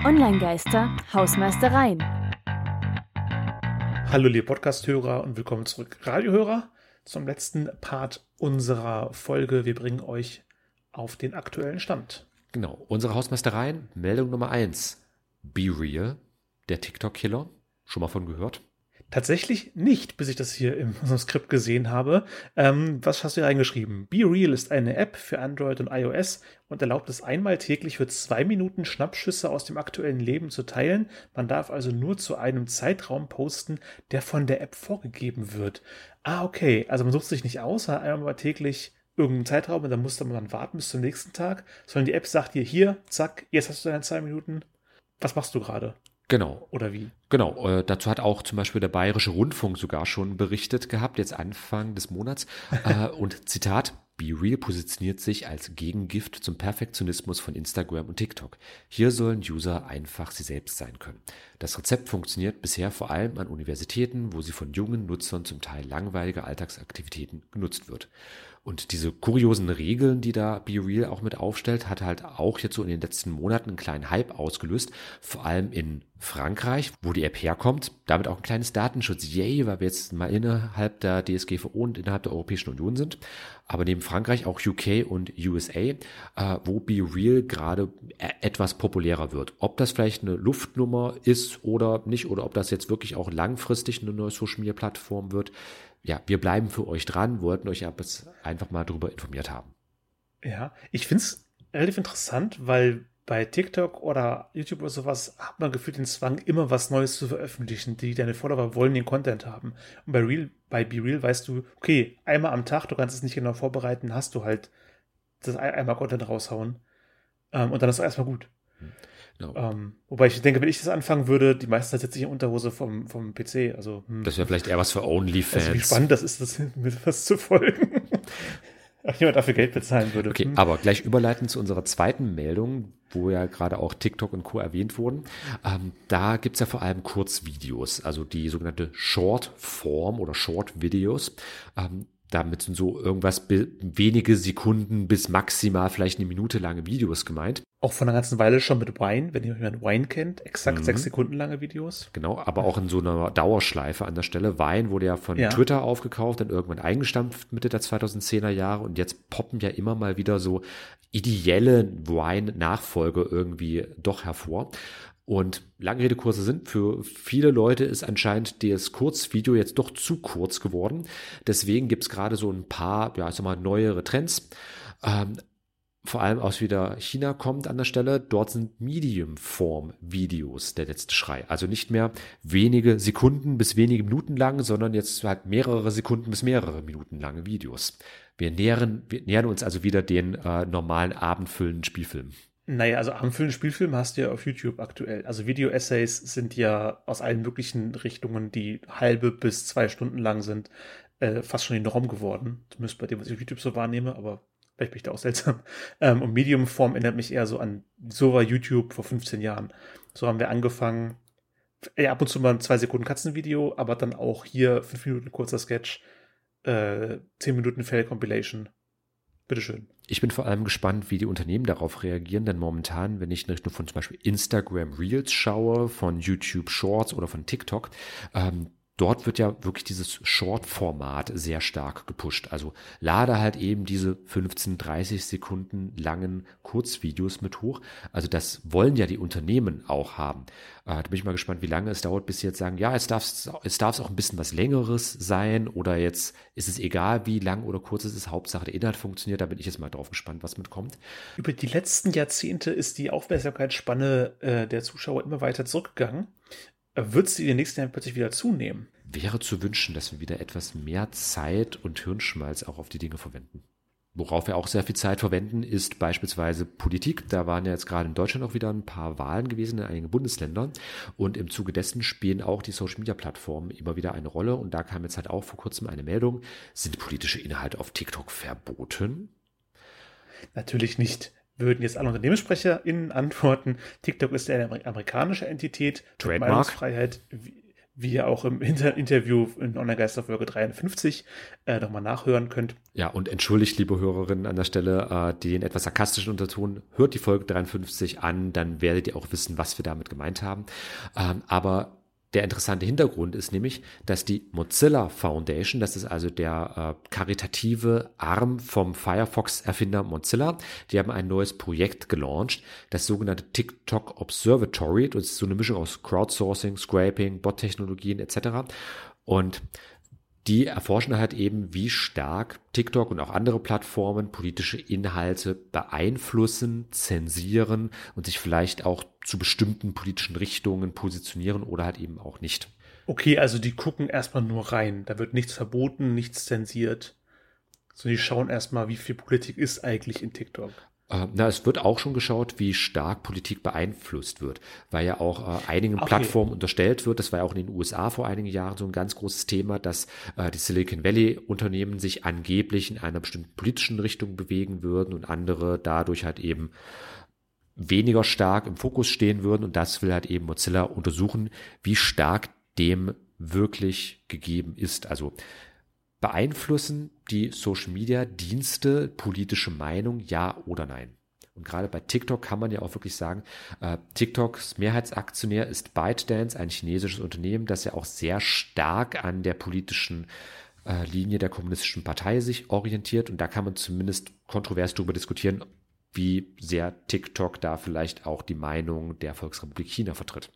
Online-Geister, Hausmeistereien. Hallo liebe Podcast-Hörer und willkommen zurück, Radiohörer, zum letzten Part unserer Folge. Wir bringen euch auf den aktuellen Stand. Genau, unsere Hausmeistereien, Meldung Nummer 1. BeReal, der TikTok-Killer. Schon mal von gehört? Tatsächlich nicht, bis ich das hier in unserem Skript gesehen habe. Was hast du hier reingeschrieben? BeReal ist eine App für Android und iOS und erlaubt es einmal täglich für 2 Minuten Schnappschüsse aus dem aktuellen Leben zu teilen. Man darf also nur zu einem Zeitraum posten, der von der App vorgegeben wird. Ah, okay. Also man sucht sich nicht aus, hat einmal täglich irgendeinen Zeitraum und dann muss man dann warten bis zum nächsten Tag, sondern die App sagt dir, hier, zack, jetzt hast du deine 2 Minuten. Was machst du gerade? Genau. Oder wie? Genau, dazu hat auch zum Beispiel der Bayerische Rundfunk sogar schon berichtet gehabt, jetzt Anfang des Monats. Und Zitat, BeReal positioniert sich als Gegengift zum Perfektionismus von Instagram und TikTok. Hier sollen User einfach sie selbst sein können. Das Rezept funktioniert bisher vor allem an Universitäten, wo sie von jungen Nutzern zum Teil langweilige Alltagsaktivitäten genutzt wird. Und diese kuriosen Regeln, die da BeReal auch mit aufstellt, hat halt auch jetzt so in den letzten Monaten einen kleinen Hype ausgelöst. Vor allem in Frankreich, wo die App herkommt. Damit auch ein kleines Datenschutz. Yay, weil wir jetzt mal innerhalb der DSGVO und innerhalb der Europäischen Union sind. Aber neben Frankreich auch UK und USA, wo BeReal gerade etwas populärer wird. Ob das vielleicht eine Luftnummer ist oder nicht, oder ob das jetzt wirklich auch langfristig eine neue Social-Media-Plattform wird. Ja, wir bleiben für euch dran, wollten euch aber einfach mal darüber informiert haben. Ja, ich finde es relativ interessant, weil bei TikTok oder YouTube oder sowas hat man gefühlt den Zwang, immer was Neues zu veröffentlichen. Deine Follower wollen den Content haben. Und bei BeReal weißt du, okay, einmal am Tag, du kannst es nicht genau vorbereiten, hast du halt das einmal Content raushauen. Und dann ist es erstmal gut. Genau. Wobei ich denke, wenn ich das anfangen würde, die meisten Zeit sitze ich in Unterhose vom PC. Also, Das wäre vielleicht eher was für OnlyFans. Also wie spannend das ist, mit was zu folgen. Ob jemand dafür Geld bezahlen würde. Okay, aber gleich überleiten zu unserer zweiten Meldung, wo ja gerade auch TikTok und Co. erwähnt wurden. Da gibt's ja vor allem Kurzvideos, also die sogenannte Short-Form oder Short-Videos. Damit sind so irgendwas wenige Sekunden bis maximal vielleicht eine Minute lange Videos gemeint. Auch von einer ganzen Weile schon mit Wine, wenn jemand Wine kennt, exakt 6 Sekunden lange Videos. Genau, aber auch in so einer Dauerschleife an der Stelle. Vine wurde ja von Twitter aufgekauft, dann irgendwann eingestampft Mitte der 2010er Jahre und jetzt poppen ja immer mal wieder so ideelle Vine-Nachfolge irgendwie doch hervor. Und Langredekurse sind für viele Leute ist anscheinend das Kurzvideo jetzt doch zu kurz geworden. Deswegen gibt's gerade so ein paar, ja, ich sag mal, neuere Trends. Vor allem aus wieder China kommt an der Stelle. Dort sind Medium-Form-Videos der letzte Schrei. Also nicht mehr wenige Sekunden bis wenige Minuten lang, sondern jetzt halt mehrere Sekunden bis mehrere Minuten lange Videos. Wir nähern uns also wieder den normalen abendfüllenden Spielfilmen. Naja, also abendfüllende Spielfilme hast du ja auf YouTube aktuell. Also Video-Essays sind ja aus allen möglichen Richtungen, die halbe bis 2 Stunden lang sind, fast schon die Norm geworden. Zumindest bei dem, was ich auf YouTube so wahrnehme, aber vielleicht bin ich da auch seltsam. Und Medium-Form erinnert mich eher so an, so war YouTube vor 15 Jahren. So haben wir angefangen, ab und zu mal ein 2 Sekunden Katzenvideo, aber dann auch hier 5 Minuten kurzer Sketch, 10 Minuten Fail-Compilation. Bitteschön. Ich bin vor allem gespannt, wie die Unternehmen darauf reagieren, denn momentan, wenn ich in Richtung von zum Beispiel Instagram Reels schaue, von YouTube Shorts oder von TikTok, dort wird ja wirklich dieses Short-Format sehr stark gepusht. Also lade halt eben diese 15, 30 Sekunden langen Kurzvideos mit hoch. Also das wollen ja die Unternehmen auch haben. Da bin ich mal gespannt, wie lange es dauert, bis sie jetzt sagen, ja, jetzt darf es auch ein bisschen was Längeres sein oder jetzt ist es egal, wie lang oder kurz es ist. Hauptsache der Inhalt funktioniert. Da bin ich jetzt mal drauf gespannt, was mitkommt. Über die letzten Jahrzehnte ist die Aufmerksamkeitsspanne der Zuschauer immer weiter zurückgegangen. Wird sie in den nächsten Jahren plötzlich wieder zunehmen? Wäre zu wünschen, dass wir wieder etwas mehr Zeit und Hirnschmalz auch auf die Dinge verwenden. Worauf wir auch sehr viel Zeit verwenden, ist beispielsweise Politik. Da waren ja jetzt gerade in Deutschland auch wieder ein paar Wahlen gewesen in einigen Bundesländern. Und im Zuge dessen spielen auch die Social-Media-Plattformen immer wieder eine Rolle. Und da kam jetzt halt auch vor kurzem eine Meldung, sind politische Inhalte auf TikTok verboten? Natürlich nicht. Würden jetzt alle UnternehmenssprecherInnen antworten, TikTok ist eine amerikanische Entität, Trademark. Meinungsfreiheit wie ihr auch im Interview in Online-Geister Folge 53 nochmal nachhören könnt. Ja, und entschuldigt, liebe Hörerinnen, an der Stelle den etwas sarkastischen Unterton. Hört die Folge 53 an, dann werdet ihr auch wissen, was wir damit gemeint haben. Aber der interessante Hintergrund ist nämlich, dass die Mozilla Foundation, das ist also der karitative Arm vom Firefox-Erfinder Mozilla, die haben ein neues Projekt gelauncht, das sogenannte TikTok Observatory. Das ist so eine Mischung aus Crowdsourcing, Scraping, Bot-Technologien etc. Und die erforschen halt eben, wie stark TikTok und auch andere Plattformen politische Inhalte beeinflussen, zensieren und sich vielleicht auch zu bestimmten politischen Richtungen positionieren oder halt eben auch nicht. Okay, also die gucken erstmal nur rein. Da wird nichts verboten, nichts zensiert. So, die schauen erstmal, wie viel Politik ist eigentlich in TikTok. Es wird auch schon geschaut, wie stark Politik beeinflusst wird, weil ja auch einigen Plattformen unterstellt wird, das war ja auch in den USA vor einigen Jahren so ein ganz großes Thema, dass die Silicon Valley Unternehmen sich angeblich in einer bestimmten politischen Richtung bewegen würden und andere dadurch halt eben weniger stark im Fokus stehen würden, und das will halt eben Mozilla untersuchen, wie stark dem wirklich gegeben ist. Also beeinflussen die Social-Media-Dienste politische Meinung, ja oder nein? Und gerade bei TikTok kann man ja auch wirklich sagen, TikToks Mehrheitsaktionär ist ByteDance, ein chinesisches Unternehmen, das ja auch sehr stark an der politischen Linie der kommunistischen Partei sich orientiert. Und da kann man zumindest kontrovers darüber diskutieren, wie sehr TikTok da vielleicht auch die Meinung der Volksrepublik China vertritt.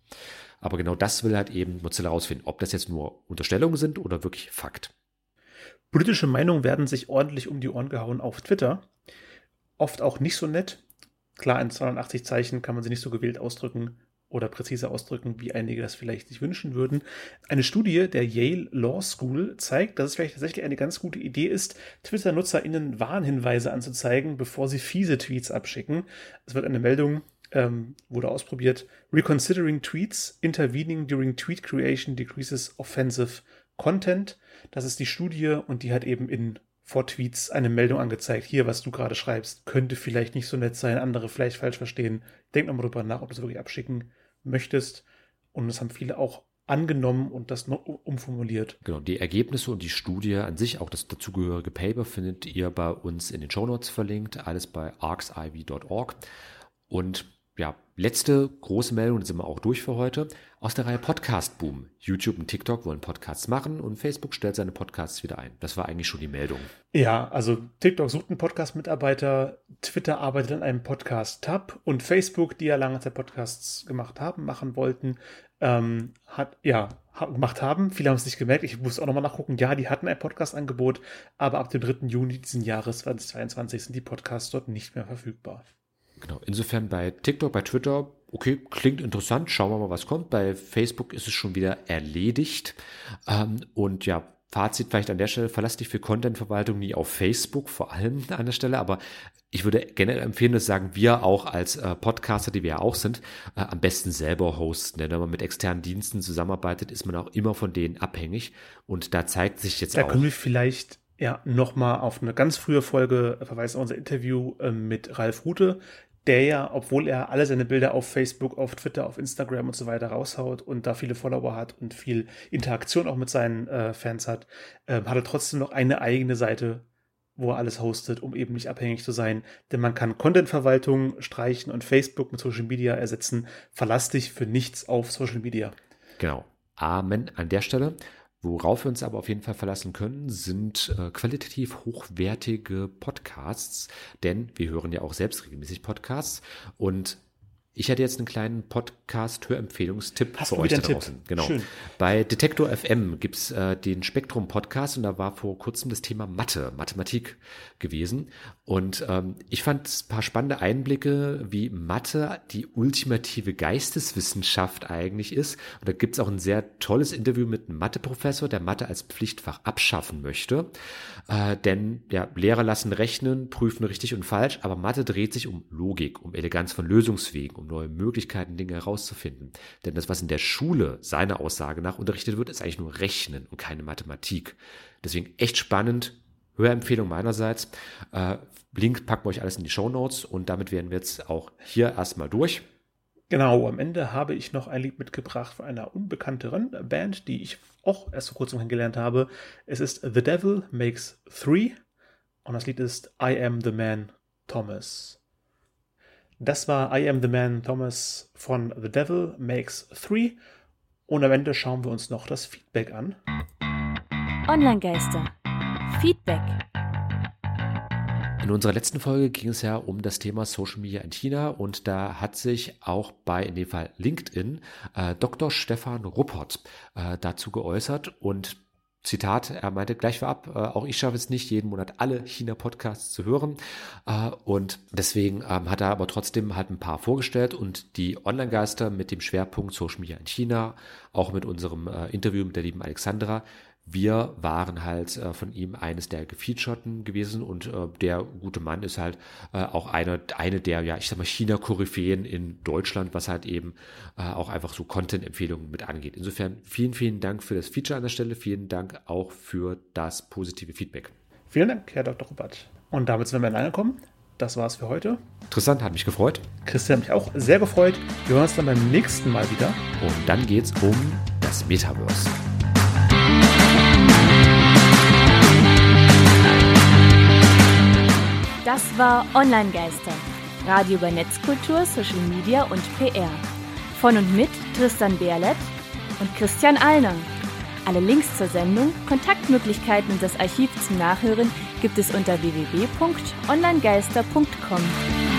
Aber genau das will halt eben Mozilla herausfinden, ob das jetzt nur Unterstellungen sind oder wirklich Fakt. Politische Meinungen werden sich ordentlich um die Ohren gehauen auf Twitter. Oft auch nicht so nett. Klar, in 280 Zeichen kann man sie nicht so gewählt ausdrücken oder präzise ausdrücken, wie einige das vielleicht sich wünschen würden. Eine Studie der Yale Law School zeigt, dass es vielleicht tatsächlich eine ganz gute Idee ist, Twitter-NutzerInnen Warnhinweise anzuzeigen, bevor sie fiese Tweets abschicken. Es wird eine Meldung, wurde ausprobiert. Reconsidering Tweets, intervening during tweet creation decreases offensive content. Das ist die Studie, und die hat eben vor Tweets eine Meldung angezeigt. Hier, was du gerade schreibst, könnte vielleicht nicht so nett sein, andere vielleicht falsch verstehen. Denk nochmal drüber nach, ob du es wirklich abschicken möchtest. Und das haben viele auch angenommen und das noch umformuliert. Genau, die Ergebnisse und die Studie an sich, auch das dazugehörige Paper, findet ihr bei uns in den Shownotes verlinkt. Alles bei arxiv.org. Und ja, letzte große Meldung, da sind wir auch durch für heute, aus der Reihe Podcast Boom. YouTube und TikTok wollen Podcasts machen und Facebook stellt seine Podcasts wieder ein. Das war eigentlich schon die Meldung. Ja, also TikTok sucht einen Podcast-Mitarbeiter, Twitter arbeitet an einem Podcast-Tab und Facebook, die ja lange Zeit Podcasts machen wollten, gemacht haben. Viele haben es nicht gemerkt. Ich musste auch nochmal nachgucken. Ja, die hatten ein Podcast-Angebot, aber ab dem 3. Juni diesen Jahres 2022 sind die Podcasts dort nicht mehr verfügbar. Genau, insofern bei TikTok, bei Twitter, okay, klingt interessant, schauen wir mal, was kommt. Bei Facebook ist es schon wieder erledigt. Und ja, Fazit vielleicht an der Stelle, verlass dich für Content-Verwaltung nie auf Facebook, vor allem an der Stelle, aber ich würde generell empfehlen, das sagen wir auch als Podcaster, die wir ja auch sind, am besten selber hosten. Denn wenn man mit externen Diensten zusammenarbeitet, ist man auch immer von denen abhängig. Und da zeigt sich jetzt Da können wir vielleicht nochmal auf eine ganz frühe Folge verweisen, unser Interview mit Ralf Rute, der ja, obwohl er alle seine Bilder auf Facebook, auf Twitter, auf Instagram und so weiter raushaut und da viele Follower hat und viel Interaktion auch mit seinen Fans hat, hat er trotzdem noch eine eigene Seite, wo er alles hostet, um eben nicht abhängig zu sein. Denn man kann Content-Verwaltung streichen und Facebook mit Social Media ersetzen. Verlass dich für nichts auf Social Media. Genau. Amen an der Stelle. Worauf wir uns aber auf jeden Fall verlassen können, sind qualitativ hochwertige Podcasts, denn wir hören ja auch selbst regelmäßig Podcasts, und ich hätte jetzt einen kleinen Podcast-Hörempfehlungstipp für euch da draußen. Genau. Schön. Bei Detektor FM gibt es den Spektrum-Podcast, und da war vor kurzem das Thema Mathematik gewesen. Und ich fand ein paar spannende Einblicke, wie Mathe die ultimative Geisteswissenschaft eigentlich ist. Und da gibt es auch ein sehr tolles Interview mit einem Mathe-Professor, der Mathe als Pflichtfach abschaffen möchte. Denn ja, Lehrer lassen rechnen, prüfen richtig und falsch, aber Mathe dreht sich um Logik, um Eleganz von Lösungswegen, um neue Möglichkeiten, Dinge herauszufinden. Denn das, was in der Schule seiner Aussage nach unterrichtet wird, ist eigentlich nur Rechnen und keine Mathematik. Deswegen echt spannend. Hörempfehlung meinerseits. Link packen wir euch alles in die Shownotes, und damit wären wir jetzt auch hier erstmal durch. Genau, am Ende habe ich noch ein Lied mitgebracht von einer unbekannteren Band, die ich auch erst vor kurzem kennengelernt habe. Es ist The Devil Makes Three und das Lied ist I Am the Man Thomas. Das war I Am the Man Thomas von The Devil Makes Three und am Ende schauen wir uns noch das Feedback an. Online-Geister. Feedback. In unserer letzten Folge ging es ja um das Thema Social Media in China und da hat sich auch bei, in dem Fall LinkedIn, Dr. Stefan Ruppert dazu geäußert und Zitat, er meinte gleich vorab, auch ich schaffe es nicht, jeden Monat alle China-Podcasts zu hören und deswegen hat er aber trotzdem halt ein paar vorgestellt und die Online-Geister mit dem Schwerpunkt Social Media in China, auch mit unserem Interview mit der lieben Alexandra, wir waren halt von ihm eines der Gefeaturten gewesen und der gute Mann ist halt auch eine der, ja, ich sag mal, China-Koryphäen in Deutschland, was halt eben auch einfach so Content-Empfehlungen mit angeht. Insofern vielen, vielen Dank für das Feature an der Stelle, vielen Dank auch für das positive Feedback. Vielen Dank, Herr Dr. Ruppert. Und damit sind wir am Ende angekommen. Das war's für heute. Interessant, hat mich gefreut. Christian hat mich auch sehr gefreut. Wir hören uns dann beim nächsten Mal wieder. Und dann geht's um das Metaverse. Das war Online-Geister. Radio über Netzkultur, Social Media und PR. Von und mit Tristan Berlet und Christian Allner. Alle Links zur Sendung, Kontaktmöglichkeiten und das Archiv zum Nachhören gibt es unter www.onlinegeister.com.